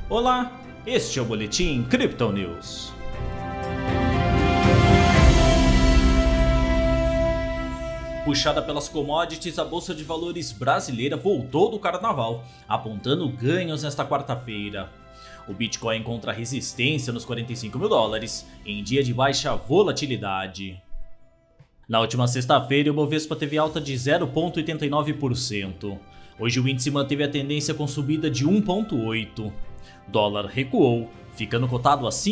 Olá, este é o Boletim Crypto News. Puxada pelas commodities, a Bolsa de Valores brasileira voltou do carnaval, apontando ganhos nesta quarta-feira. O Bitcoin encontra resistência nos 45 mil dólares, em dia de baixa volatilidade. Na última sexta-feira, o Bovespa teve alta de 0,89%. Hoje o índice manteve a tendência com subida de 1,8%. Dólar recuou, ficando cotado a R$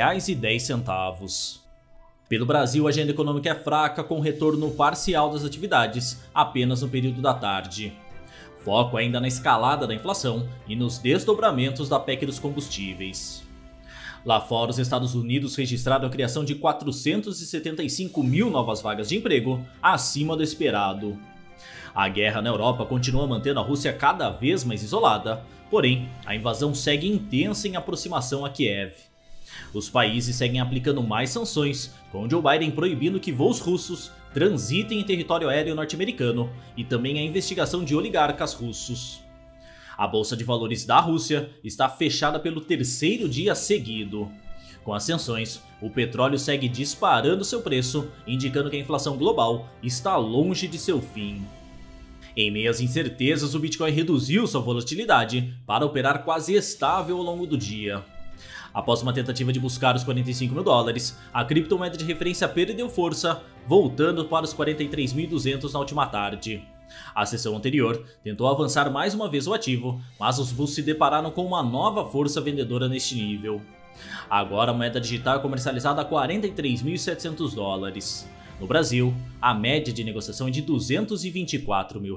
5,10. Pelo Brasil, a agenda econômica é fraca, com retorno parcial das atividades apenas no período da tarde. Foco ainda na escalada da inflação e nos desdobramentos da PEC dos combustíveis. Lá fora, os Estados Unidos registraram a criação de 475 mil novas vagas de emprego, acima do esperado. A guerra na Europa continua mantendo a Rússia cada vez mais isolada, porém, a invasão segue intensa em aproximação a Kiev. Os países seguem aplicando mais sanções, com Joe Biden proibindo que voos russos transitem em território aéreo norte-americano e também a investigação de oligarcas russos. A Bolsa de Valores da Rússia está fechada pelo terceiro dia seguido. Com as sanções, o petróleo segue disparando seu preço, indicando que a inflação global está longe de seu fim. Em meio às incertezas, o Bitcoin reduziu sua volatilidade para operar quase estável ao longo do dia. Após uma tentativa de buscar os 45 mil dólares, a criptomoeda de referência perdeu força, voltando para os 43.200 na última tarde. A sessão anterior tentou avançar mais uma vez o ativo, mas os bulls se depararam com uma nova força vendedora neste nível. Agora a moeda digital é comercializada a 43.700 dólares. No Brasil, a média de negociação é de R$ 224 mil.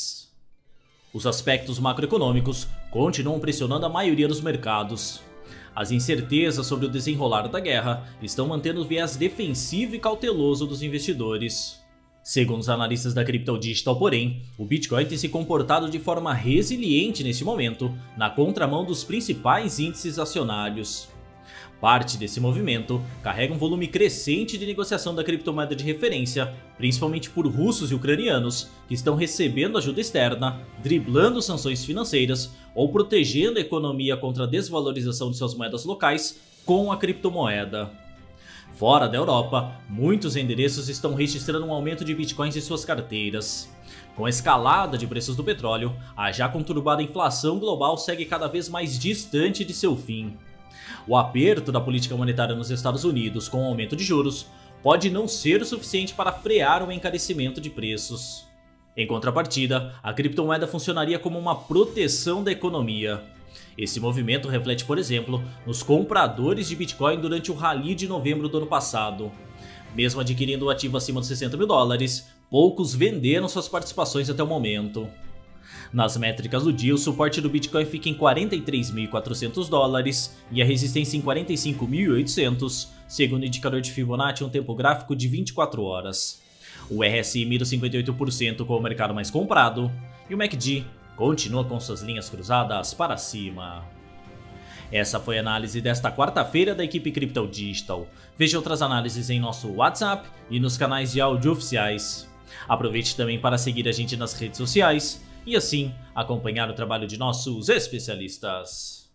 Os aspectos macroeconômicos continuam pressionando a maioria dos mercados. As incertezas sobre o desenrolar da guerra estão mantendo o viés defensivo e cauteloso dos investidores. Segundo os analistas da Crypto Digital, porém, o Bitcoin tem se comportado de forma resiliente neste momento, na contramão dos principais índices acionários. Parte desse movimento carrega um volume crescente de negociação da criptomoeda de referência, principalmente por russos e ucranianos, que estão recebendo ajuda externa, driblando sanções financeiras ou protegendo a economia contra a desvalorização de suas moedas locais com a criptomoeda. Fora da Europa, muitos endereços estão registrando um aumento de bitcoins em suas carteiras. Com a escalada de preços do petróleo, a já conturbada inflação global segue cada vez mais distante de seu fim. O aperto da política monetária nos Estados Unidos com o aumento de juros pode não ser o suficiente para frear o encarecimento de preços. Em contrapartida, a criptomoeda funcionaria como uma proteção da economia. Esse movimento reflete, por exemplo, nos compradores de Bitcoin durante o rally de novembro do ano passado. Mesmo adquirindo o ativo acima dos 60 mil dólares, poucos venderam suas participações até o momento. Nas métricas do dia, o suporte do Bitcoin fica em 43.400 dólares e a resistência em 45.800, segundo o indicador de Fibonacci em um tempo gráfico de 24 horas. O RSI mira 58% com o mercado mais comprado e o MACD continua com suas linhas cruzadas para cima. Essa foi a análise desta quarta-feira da equipe Crypto Digital. Veja outras análises em nosso WhatsApp e nos canais de áudio oficiais. Aproveite também para seguir a gente nas redes sociais e assim acompanhar o trabalho de nossos especialistas.